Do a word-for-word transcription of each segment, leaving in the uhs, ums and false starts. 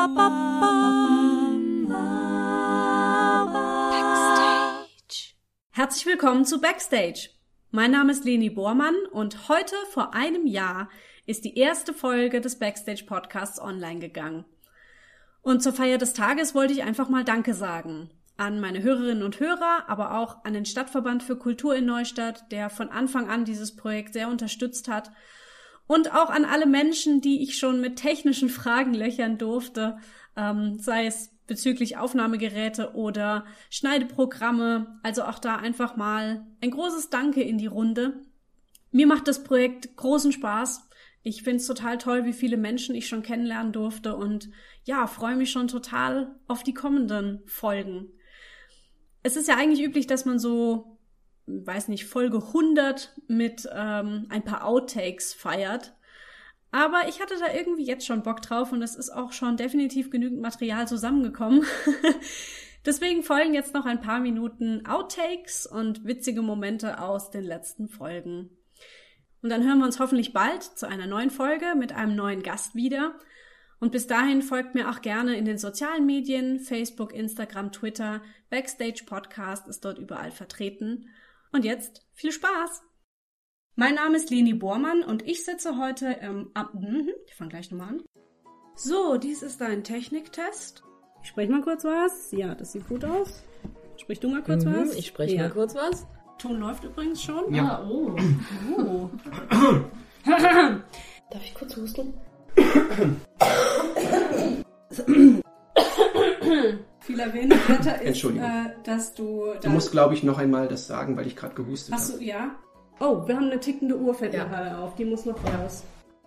Backstage. Herzlich willkommen zu Backstage. Mein Name ist Leni Bormann und heute vor einem Jahr ist die erste Folge des Backstage Podcasts online gegangen. Und zur Feier des Tages wollte ich einfach mal Danke sagen. An meine Hörerinnen und Hörer, aber auch an den Stadtverband für Kultur in Neustadt, der von Anfang an dieses Projekt sehr unterstützt hat. Und auch an alle Menschen, die ich schon mit technischen Fragen löchern durfte, ähm, sei es bezüglich Aufnahmegeräte oder Schneideprogramme. Also auch da einfach mal ein großes Danke in die Runde. Mir macht das Projekt großen Spaß. Ich finde es total toll, wie viele Menschen ich schon kennenlernen durfte und ja, freue mich schon total auf die kommenden Folgen. Es ist ja eigentlich üblich, dass man so, weiß nicht, Folge hundert mit ähm, ein paar Outtakes feiert. Aber ich hatte da irgendwie jetzt schon Bock drauf und es ist auch schon definitiv genügend Material zusammengekommen. Deswegen folgen jetzt noch ein paar Minuten Outtakes und witzige Momente aus den letzten Folgen. Und dann hören wir uns hoffentlich bald zu einer neuen Folge mit einem neuen Gast wieder. Und bis dahin folgt mir auch gerne in den sozialen Medien, Facebook, Instagram, Twitter. Backstage Podcast ist dort überall vertreten. Und jetzt viel Spaß! Mein Name ist Leni Bormann und ich sitze heute ähm, ab... Ich fange gleich nochmal an. So, dies ist ein Techniktest. Ich spreche mal kurz was. Ja, das sieht gut aus. Sprich du mal kurz mhm, was. Ich spreche ja. mal kurz was. Ton läuft übrigens schon. Ja. Ah, oh. oh. Darf ich kurz husten? Viel erwähnenswerter ist, äh, dass du... Du musst, glaube ich, noch einmal das sagen, weil ich gerade gehustet habe. Achso, ja. Oh, wir haben eine tickende Uhr, fällt mir gerade auf. Die muss noch raus.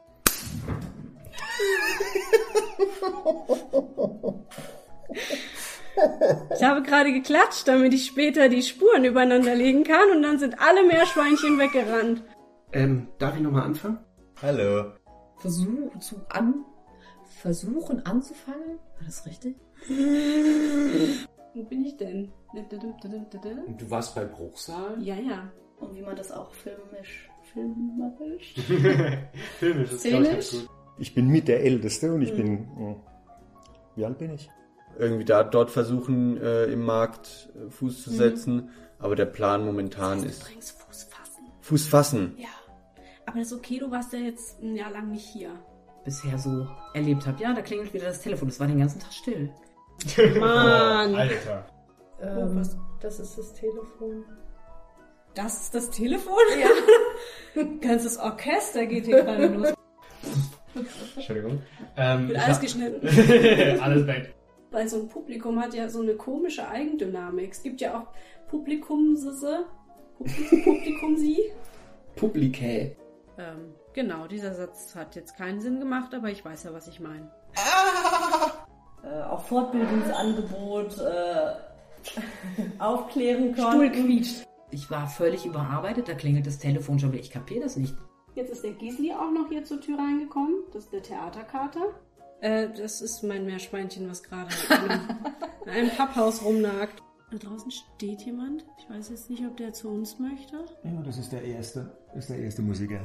Ich habe gerade geklatscht, damit ich später die Spuren übereinander legen kann und dann sind alle Meerschweinchen weggerannt. Ähm, darf ich nochmal anfangen? Hallo. Versuch, zu an, versuchen anzufangen? War das richtig? Wo bin ich denn? Du warst bei Bruchsal? Ja, ja. Und wie man das auch filmisch, filmerisch, Filmisch ist, Szenisch? glaube ich, ganz gut. Ich bin mit der Älteste und ich Mhm. bin... Oh, wie alt bin ich? Irgendwie da dort versuchen, äh, im Markt äh, Fuß zu Mhm. setzen. Aber der Plan momentan Das heißt ist übrigens Fuß fassen. Fuß fassen. Ja. Aber das ist okay, du warst ja jetzt ein Jahr lang nicht hier. bisher so erlebt habe. Ja, da klingelt wieder das Telefon. Das war den ganzen Tag still. Mann. Oh, Alter. Ähm, Oh, was? Das ist das Telefon. Das ist das Telefon? Ja. Ganzes Orchester geht hier gerade los. Entschuldigung. Ähm, Wird ich alles hab- geschnitten. Alles weg. Weil so ein Publikum hat ja so eine komische Eigendynamik. Es gibt ja auch Publikumsisse. Publi- Publikumsi. Publikä. Ähm, genau, dieser Satz hat jetzt keinen Sinn gemacht, aber ich weiß ja, was ich meine. Äh, auch Fortbildungsangebot äh, aufklären Stuhl konnten. quietscht. Ich war völlig überarbeitet. Da klingelt das Telefon schon wieder. Ich kapiere das nicht. Jetzt ist der Gisli auch noch hier zur Tür reingekommen. Das ist der Theaterkater. Äh, das ist mein Meerschweinchen, was gerade in einem, in einem Papphaus rumnagt. Da draußen steht jemand. Ich weiß jetzt nicht, ob der zu uns möchte. Ja, das ist der erste, ist der erste Musiker.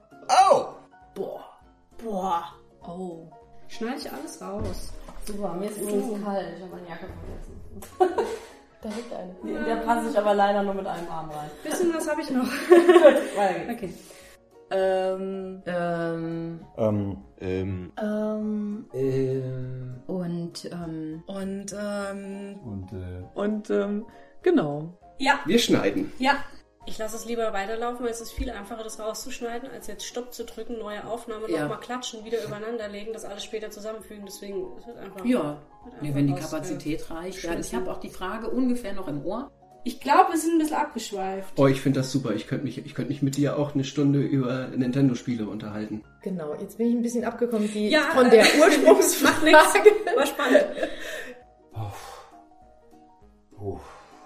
Boah. Boah. Oh. Schneide ich alles raus. Super, mir ist übrigens kalt. Ich habe meine Jacke vergessen. Da liegt eine. In der passe ich aber leider nur mit einem Arm rein. Bisschen was habe ich noch. Weiter geht's. Okay. Ähm, ähm, Ähm, Ähm, ähm, ähm, und, ähm, und, ähm, und äh, und, ähm, genau. Ja. Wir schneiden. Ja. Ich lasse es lieber weiterlaufen, weil es ist viel einfacher, das rauszuschneiden, als jetzt Stopp zu drücken, neue Aufnahme, Ja. nochmal klatschen, wieder übereinander legen, das alles später zusammenfügen. Deswegen es wird einfach. Ja, wird nee, einfach wenn die raus, Kapazität reicht. Ja, ich schwitzen. habe auch die Frage ungefähr noch im Ohr. Äh, ich glaube, wir sind ein bisschen abgeschweift. Oh, ich finde das super. Ich könnte mich, ich könnte mich mit dir auch eine Stunde über Nintendo-Spiele unterhalten. Genau, jetzt bin ich ein bisschen abgekommen die, Ja, von der äh, Ursprungsfrage. War spannend. Puh.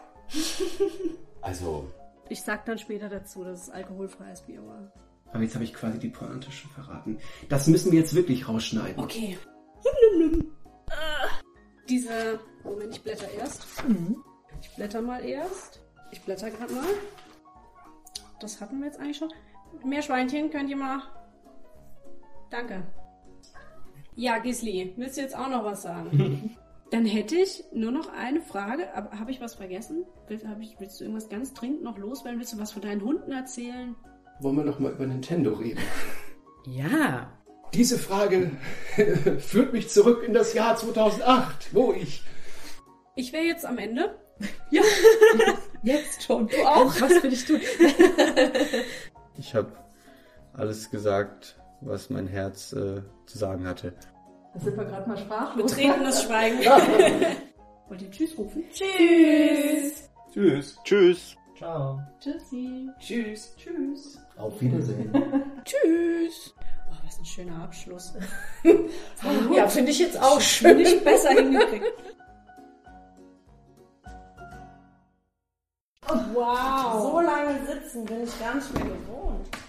Also, Ich sag dann später dazu, dass es alkoholfreies Bier war. Aber jetzt habe ich quasi die Pointe schon verraten. Das müssen wir jetzt wirklich rausschneiden. Okay. Diese. Moment, ich blätter erst. Ich blätter mal erst. Ich blätter gerade mal. Das hatten wir jetzt eigentlich schon. Meerschweinchen, könnt ihr mal. Danke. Ja, Gisli, willst du jetzt auch noch was sagen? Dann hätte ich nur noch eine Frage. Aber habe ich was vergessen? Willst, hab ich, willst du irgendwas ganz dringend noch loswerden? Willst du was von deinen Hunden erzählen? Wollen wir noch mal über Nintendo reden? Ja. Diese Frage führt mich zurück in das Jahr zweitausendacht, wo ich... Ich wäre jetzt am Ende. Ja, jetzt schon. Du auch? Was will ich tun? Ich habe alles gesagt, was mein Herz äh, zu sagen hatte. Da sind wir gerade mal sprachlos. Betretenes Schweigen. Wollt ihr Tschüss rufen? Tschüss. Tschüss. Tschüss. Ciao. Tschüssi. Tschüss. Tschüss. Auf Wiedersehen. Tschüss. Boah, was ein schöner Abschluss. Ja, finde ich jetzt auch schön. Nicht besser hingekriegt. Wow. So lange sitzen bin ich gar nicht mehr gewohnt.